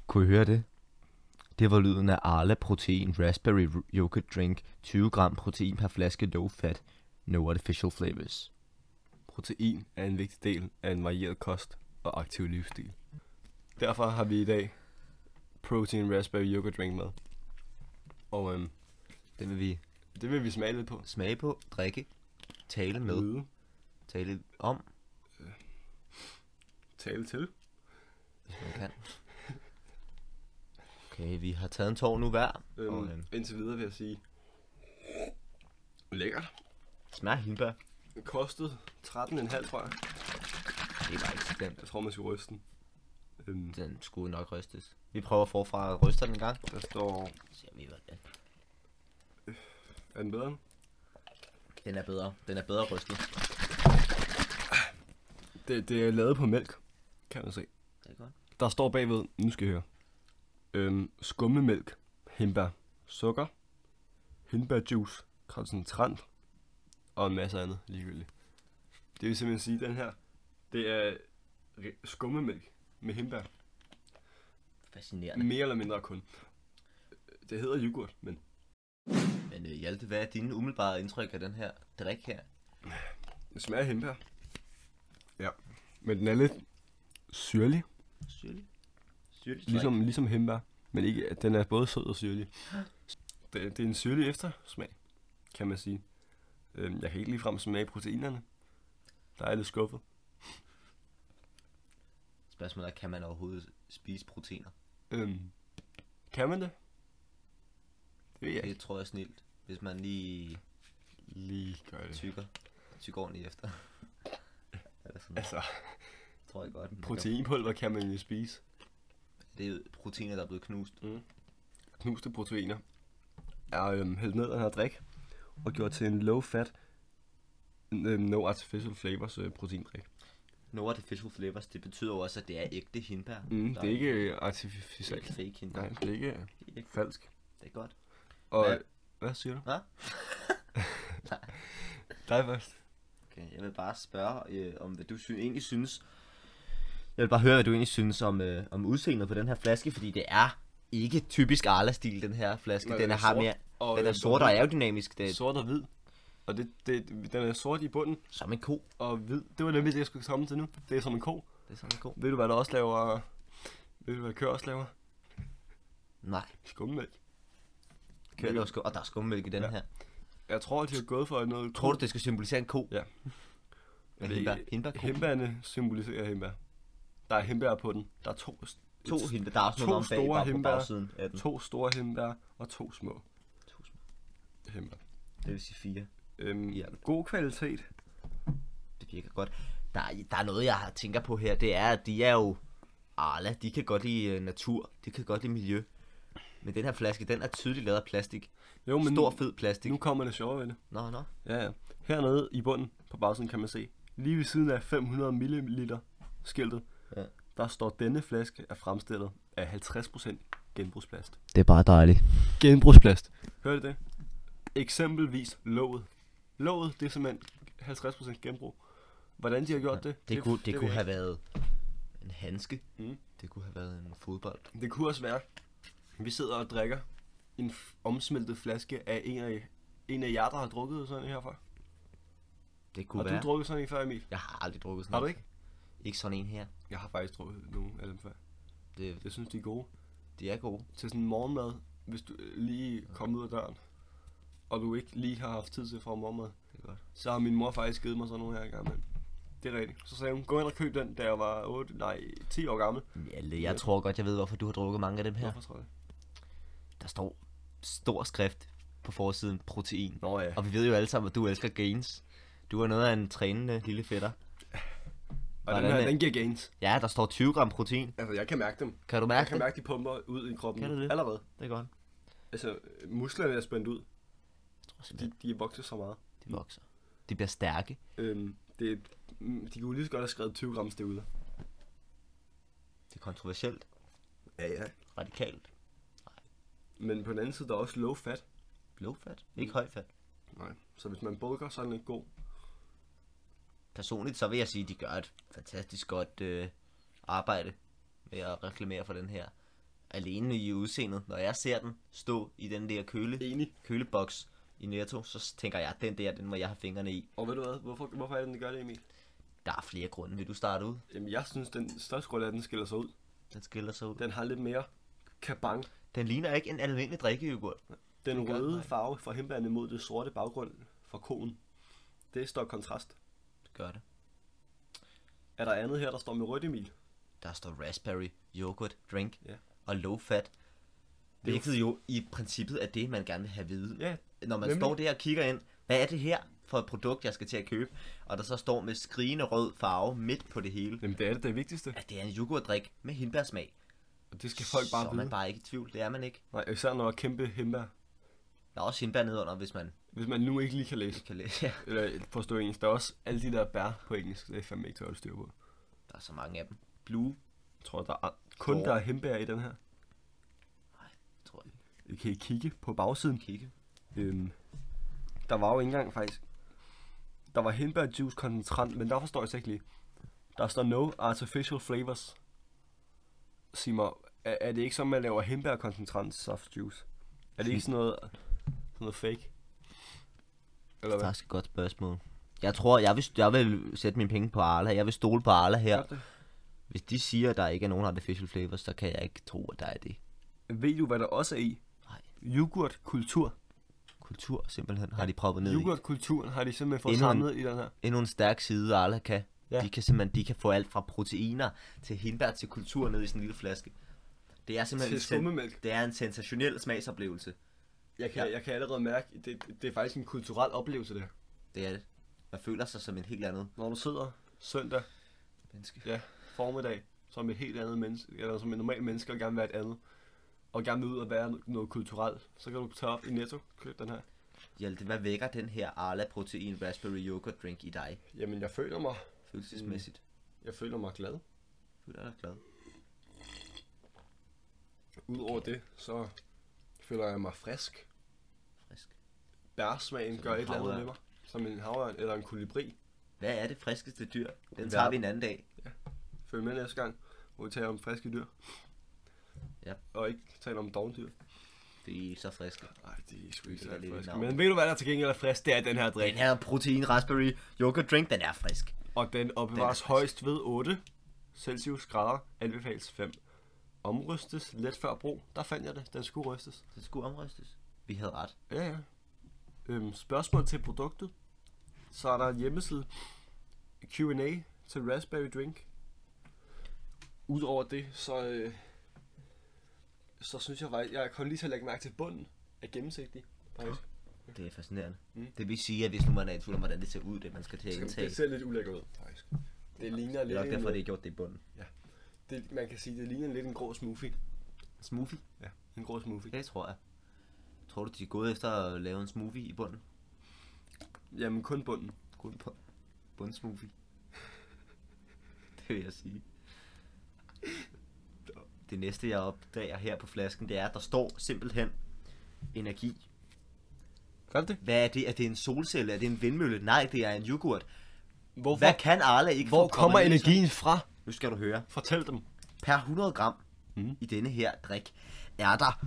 Kunne I høre det? Det var lyden af Arla Protein Raspberry Yogurt Drink. 20 gram protein per flaske, low fat, no artificial flavors. Protein er en vigtig del af en varieret kost og aktiv livsstil. Derfor har vi i dag Protein Raspberry Yogurt Drink med. Og Det vil vi smage lidt på. smage på, drikke, tale med, Nyde. tale om, Tale til. hvis man kan. Okay, vi har taget en tår nu hver. Og, Indtil videre vil jeg sige, lækkert. smager hindbær. Det kostede 13,5, tror jeg. Det var ikke så slemt. Jeg tror, man skal ryste den. Den skulle nok rystes. Vi prøver forfra at ryste den en gang. Der står... Så vi hvad det. Er den bedre? Den er bedre. Den er bedre rystet. Det er lavet på mælk, kan man se. Det er godt. Der står bagved, nu skal I høre. Skummetmælk, hindbær, sukker, hindbærjuice, koncentrant og en masse andet ligegyldigt. Det vil simpelthen sige, at den her, det er skummetmælk med hindbær. Fascinerende. Mere eller mindre kun. Det hedder yoghurt, men... Men Hjalte, hvad er dine umiddelbare indtryk af den her drik her? Det smager af hindbær. Ja, men den er lidt syrlig. Syrlig? Syrlig drik? Ligesom hindbær, men ikke, den er både sød og syrlig. Det er en syrlig eftersmag, kan man sige. Jeg kan ikke ligefrem smage proteinerne. Der er jeg lidt skuffet. Spørgsmålet er, kan man overhovedet spise proteiner? Kan man det? Det ved jeg Det ikke. tror jeg er snilt, hvis man lige Lige gør det. tykker ordentligt efter. Eller sådan. Altså, Tror jeg godt. proteinpulver kan man jo spise. Det er proteiner, der er blevet knust. Knuste proteiner er hældt ned af den her drik og gjort til en low fat, no artificial flavors proteindrik. No artificial flavors, det betyder jo også, at det er ægte hindbær. Det er ikke artificielt. Ikke fake hindbær. Nej, det er ikke Det er falsk. Det er godt. Og hvad siger du? Hvad? Dig først. Okay, jeg vil bare spørge, om hvad du egentlig synes. Jeg vil bare høre, hvad du egentlig synes om udseendet på den her flaske, fordi det er ikke typisk Arla-stil, den her flaske. Nej, den er mere, og den er sort og aerodynamisk. Det er sort og hvid. Og den er sort i bunden som en ko. og hvid. Det var nemlig det, jeg skulle komme til nu. Det er som en ko. Det er som en ko. Ved du, hvad der også laver? Ved du, hvad køer også laver? Nej. Skummemælk. Og der er skummælk i den her. Jeg tror, at de har gået for noget... Tror du, det skal symbolisere en ko? Ja. En hindbærko? Hindbærne symboliserer hindbær. Der er hindbær på den. Der er to hindbær. Der er også noget om bag, bare på bagsiden af den. 2 store hindbær og 2 små 2 små. hindbær. Det vil sige 4. God kvalitet. Det virker godt. Der er noget, jeg tænker på her. Det er, at de er jo Arla. De kan godt lide natur. De kan godt lide miljø. Men den her flaske, den er tydeligt lavet af plastik. Jo, men Stor, fed plastik. nu kommer det sjovere ved det. Nå. Ja. Hernede i bunden på bagsiden kan man se, lige ved siden af 500 ml skiltet, Ja. der står, denne flaske er fremstillet af 50% genbrugsplast. Det er bare dejligt. Genbrugsplast. Hørte det? Eksempelvis låget. Låget, det er simpelthen 50% genbrug. Hvordan de har gjort det? Det kunne ved jeg have været en handske. Mm. Det kunne have været en fodbold. ikke. Det kunne også være, vi sidder og drikker en omsmeltet flaske af en af jer, der har drukket sådan en herfra. Det kunne Har være. du drukket sådan en før, Emil? Jeg har aldrig drukket sådan Har du en. ikke? Ikke sådan en her. Jeg har faktisk drukket nogle af dem før. Jeg synes, de er gode. De er gode. Til sådan en morgenmad, hvis du lige kommer ud af døren, og du ikke lige har haft tid til at få morgenmad, Det er godt. så har min mor faktisk givet mig sådan nogle her i gang med. Det er rigtigt. Så sagde hun, gå ind og køb den, da jeg var 10 år gammel. Jeg tror godt, jeg ved, hvorfor du har drukket mange af dem her. Hvorfor tror jeg? Der står stor skrift på forsiden, protein. Nå ja. Og vi ved jo alle sammen, at du elsker gains. Du er noget af en trænende lille fætter. Og den her, den giver gains. Ja, der står 20 gram protein. Altså, jeg kan mærke dem. Kan du Jeg mærke kan det? mærke, de pumper ud i kroppen. Kan du det? Allerede. Det er godt. Altså, musklerne er spændt ud. Jeg tror simpelthen, De er vokset så meget. de vokser. De bliver stærke. De kunne lige så godt have skrevet 20 gram støvler. Det er kontroversielt. Ja. Radikalt. Men på den anden side, der er også low fat. Low fat. Ikke høj fat. Nej. Så hvis man bulker, så er den ikke god. Personligt så vil jeg sige, at de gør et fantastisk godt arbejde med at reklamere for den her. alene i udseendet. Når jeg ser den stå i den der Enig. køleboks i Netto, så tænker jeg, at den må jeg have fingrene i. Og ved du hvad? Hvorfor er det, den gør det, Emil? Der er flere grunde. Vil du starte ud? Jamen, jeg synes, den største grund er, at den skiller sig ud. Den skiller sig ud. Den har lidt mere kabang. Den ligner ikke en almindelig drikkejoghurt. Den gør den røde ikke. farve fra hindbærene mod det sorte baggrund fra koen. Det står kontrast. Det gør det. Er der andet her, der står med rødt, Emil? Der står raspberry yoghurt drink Ja. og low fat. Hvilket jo i princippet er det, man gerne vil have at vide. Ja, Når man nemlig. står der og kigger ind, hvad er det her for et produkt, jeg skal til at købe? Og der så står med skrigende rød farve midt på det hele. Jamen, det er det vigtigste. At det er en yoghurtdrik med hindbærsmag. Og det skal folk bare så er vide. man bare ikke i tvivl. Det er man ikke. Nej, især når der er kæmpe hindbær. Der er også hindbær nedenunder, hvis man Hvis man nu ikke lige kan læse. ikke kan læse. Ja. Eller forstå engelsk. Der er også alle de der bær på engelsk. Det er fandme ikke til at holde styr på. Der er så mange af dem. Blue, Jeg tror, der er kun der er hindbær i den her. tror jeg. Vi kan I kigge på bagsiden. Kigge. Der var jo ikke engang faktisk. Der var hindbærjuice koncentrant, men der forstår jeg så ikke lige. Der står no artificial flavors. Sig mig, er det ikke som man laver hindbærkoncentrant soft juice? Er det ikke sådan noget fake? Eller Det er hvad? faktisk et godt spørgsmål. Jeg tror, jeg vil sætte mine penge på Arla. Jeg vil stole på Arla her. Gør det? Hvis de siger, at der ikke er nogen artificial flavors, så kan jeg ikke tro, at der er det. Ved du, hvad der også er i? Nej. Yoghurtkultur. Kultur simpelthen har de proppet ned i. Yoghurtkulturen har de simpelthen fået Endnu en- samlet i den her. Endnu en stærk side, Arla kan. Ja. De kan få alt fra proteiner til hindbær til kultur ned i sådan en lille flaske. Det er simpelthen Til skummemælk. det er en sensationel smagsoplevelse. Jeg kan allerede mærke, det er faktisk en kulturel oplevelse, det her. Det er det. Man føler sig som en helt andet Når du sidder søndag menneske. formiddag, som et helt andet menneske, eller som en normal menneske, og gerne vil være et andet, og gerne vil ud og være noget kulturelt, så kan du tage op i Netto, købe den her. Hjalte, hvad vækker den her Arla Protein Raspberry Yogurt Drink i dig? Jamen, jeg føler mig Følelsesmæssigt. glad. Føler dig glad? Udover det, så føler jeg mig frisk. Frisk. Bærsmagen Som gør en et eller andet havørn. med mig. Som en havørn eller en kolibri. Hvad er det friskeste dyr? Den Ja. tager vi en anden dag. Følg med næste gang, hvor vi taler om friske dyr. Ja. Og ikke taler om dovendyr. Det er ikke så friske. Nej, det er sgu ikke Det er så lidt friske. navn. Men ved du hvad der til gengæld er frisk? Det er den her drik. Den her Protein Raspberry Yogurt Drink, den er frisk. Og den opbevares Den er frisk. højst ved 8 Celsius grader, anbefales 5. Omrystes let før brug. Der fandt jeg det. Den skulle rystes. Det skulle omrystes. Vi havde ret. Ja, ja. Spørgsmål til produktet. Så er der en hjemmeside. Q&A til Raspberry Drink. Udover det, så synes jeg faktisk, jeg kom lige til at lægge mærke til bunden af gennemsigtig. Faktisk. Det er fascinerende. Mm. Det vil sige, at hvis nu man er i tvivl om, hvordan det ser ud, det man skal til at indtage. Det ser lidt ulækkert ud, faktisk. Det ligner Det er lidt nok derfor, en, det er gjort det i bunden. man kan sige, det ligner lidt en grå smoothie. Smoothie? Ja, en grå smoothie. Det tror jeg. Tror du, de er gået efter at lave en smoothie i bunden? Jamen kun bunden. Kun på bundsmoothie. Det vil jeg sige. Det næste, jeg opdager her på flasken, det er, at der står simpelthen energi. Gør det? Hvad er det? Er det en solcelle? Er det en vindmølle? Nej, det er en yoghurt. Hvorfor? Hvad kan Arla ikke Hvor få kommer kommet ned i sig? energien fra? Nu skal du høre. Fortæl dem. Per 100 gram Mhm. i denne her drik er der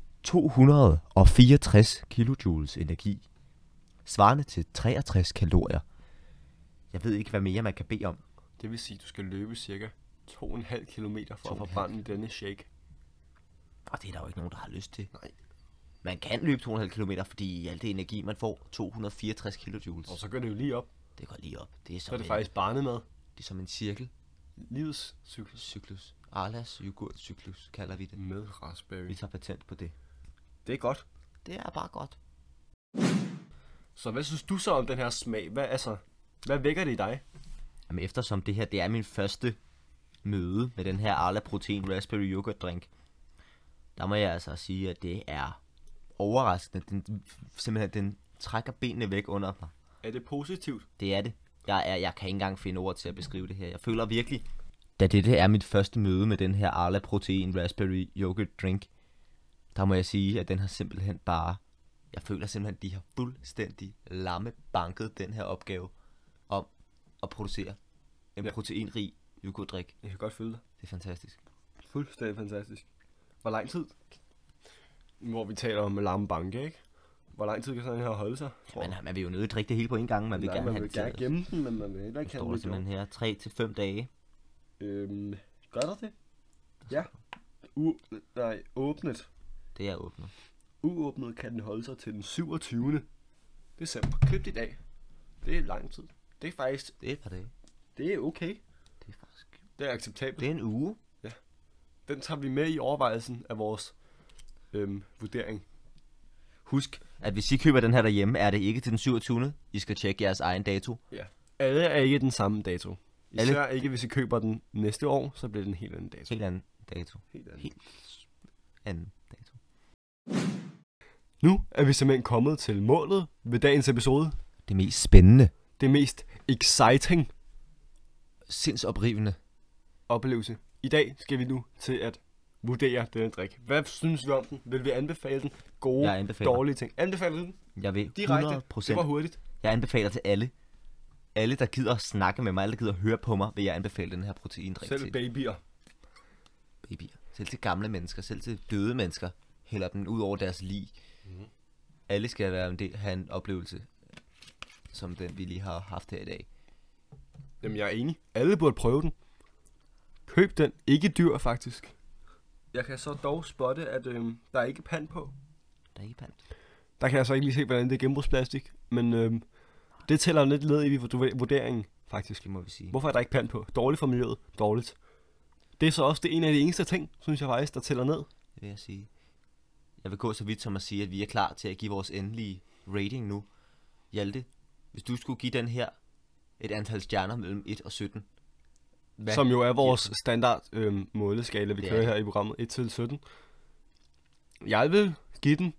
264 kilojoules energi, svarende til 63 kalorier. Jeg ved ikke, hvad mere man kan bede om. Det vil sige, at du skal løbe cirka 2,5 kilometer for at 2,5. forbrænde denne shake. Og det er der jo ikke nogen, der har lyst til. Nej. Man kan løbe 2,5 km, fordi i al det energi, man får, 264 kilojoules. Og så går det jo lige op. Det går lige op. Det er Så som, er det faktisk barnemad. det er som en cirkel. Livets cyklus. Cyklus. Arlas yoghurt-cyklus kalder vi det. Med raspberry. Vi tager patent på det. Det er godt. Det er bare godt. Så hvad synes du så om den her smag? Hvad vækker det i dig? Jamen eftersom det her, det er min første møde med den her Arla Protein Raspberry Yogurt Drink, der må jeg altså sige, at det er overraskende. Den trækker benene væk under mig. Er det positivt? Det er det. Jeg kan ikke engang finde ord til at beskrive det her. Jeg føler virkelig, da dette er mit første møde med den her Arla Protein Raspberry Yogurt Drink, der må jeg sige, at den har simpelthen bare... Jeg føler simpelthen, at de har fuldstændig lammebanket den her opgave om at producere en proteinrig yoghurtdrik. Jeg kan godt følge dig. Det er fantastisk. Fuldstændig fantastisk. Hvor lang tid? Hvor vi taler om larme banke, ikke? Hvor lang tid kan sådan her holde sig? Man vil jo nødt drikke det hele på en gang. Man vil gerne man have vil det gerne gemme den, men man vil heller ikke står have der den simpelthen her 3 til 5 dage. Gør der det? Ja. Åbnet. Det er åbnet. Uåbnet kan den holde sig til den 27. december. Købt i dag. Det er lang tid. Det er faktisk... Det er et par dage. Det er okay. Det er faktisk... Det er acceptabelt. Det er en uge. Den tager vi med i overvejelsen af vores vurdering. Husk, at hvis I køber den her derhjemme, er det ikke til den 27. I skal tjekke jeres egen dato. Ja. Alle er ikke den samme dato. Især ikke, hvis I køber den næste år, så bliver det en helt anden dato. Helt anden dato. Helt anden. Helt anden dato. Nu er vi simpelthen kommet til målet ved dagens episode. Det mest spændende. Det mest exciting Sindsoprivende. oplevelse. I dag skal vi nu til at vurdere denne drik. Hvad synes vi om den? Vil vi anbefale den? Gode, Jeg anbefaler. dårlige ting. Anbefaler du den? Jeg vil Direkte. 100%. Det var hurtigt. Jeg anbefaler til alle. Alle, der gider snakke med mig, alle, der gider høre på mig, vil jeg anbefale den her proteindrik Selv til. babyer. Babyer. Selv til gamle mennesker, selv til døde mennesker, hælder den ud over deres lig. Mhm. Alle skal have en oplevelse, som den, vi lige har haft her i dag. Jamen, jeg er enig. Alle burde prøve den. Køb den. Ikke dyr, faktisk. Jeg kan så dog spotte, at der er ikke pant på. Der er ikke pant. Der kan jeg så ikke lige se, hvordan det er genbrugsplastik. Men det tæller lidt ned i vurderingen, faktisk. Det må vi sige. Hvorfor er der ikke pant på? Dårligt for miljøet. Dårligt. Det er så også en af de eneste ting, synes jeg faktisk, der tæller ned. Det vil jeg sige. Jeg vil gå så vidt som at sige, at vi er klar til at give vores endelige rating nu. Hjalte, hvis du skulle give den her et antal stjerner mellem 1 og 17. Hvad? Som jo er vores standard måleskala, vi Det er kører det. her i programmet. 1 til 17. Jeg vil give den...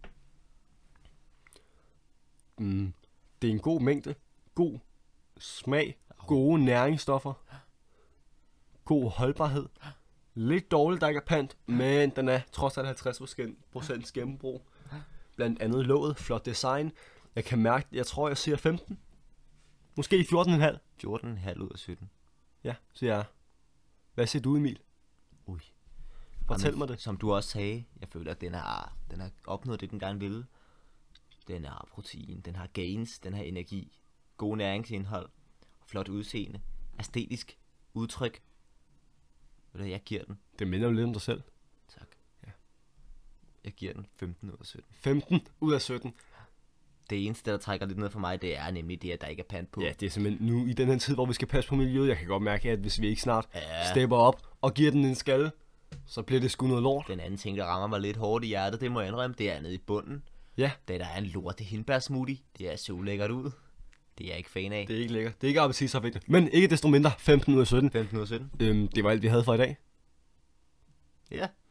det er en god mængde. God smag. Gode næringsstoffer. God holdbarhed. Lidt dårligt, der ikke er pant, men den er trods alt 50% gennembrug. Blandt andet låget, flot design. Jeg kan mærke, jeg tror, jeg siger 15. Måske 14,5. 14,5 ud af 17. Ja, siger jeg. Hvad siger du, Emil? Ui. Fortæl Jamen, mig det. Som du også sagde, jeg føler, at den har opnået det, den gerne ville. Den har protein, den har gains, den har energi, god næringsindhold, flot udseende, æstetisk udtryk. Ved du, jeg giver den. Det minder jo lidt om dig selv. Tak. Ja. Jeg giver den 15 ud af 17. 15 ud af 17. Det eneste, der trækker lidt ned for mig, det er nemlig det, at der ikke er pant på. Ja, det er simpelthen nu i den her tid, hvor vi skal passe på miljøet. Jeg kan godt mærke, at hvis vi ikke snart Ja. stepper op og giver den en skalle, så bliver det sgu noget lort. Den anden ting, der rammer mig lidt hårdt i hjertet, det må jeg indrømme, det er nede i bunden. Ja, Da der er en lorte hindbærsmoothie. Det er så lækkert ud. Det er jeg ikke fan af. det er ikke lækkert. Det er ikke appetit så vigtigt. Men ikke desto mindre 15 ud af 17. 15 ud af 17. Det var alt, vi havde for i dag. Ja.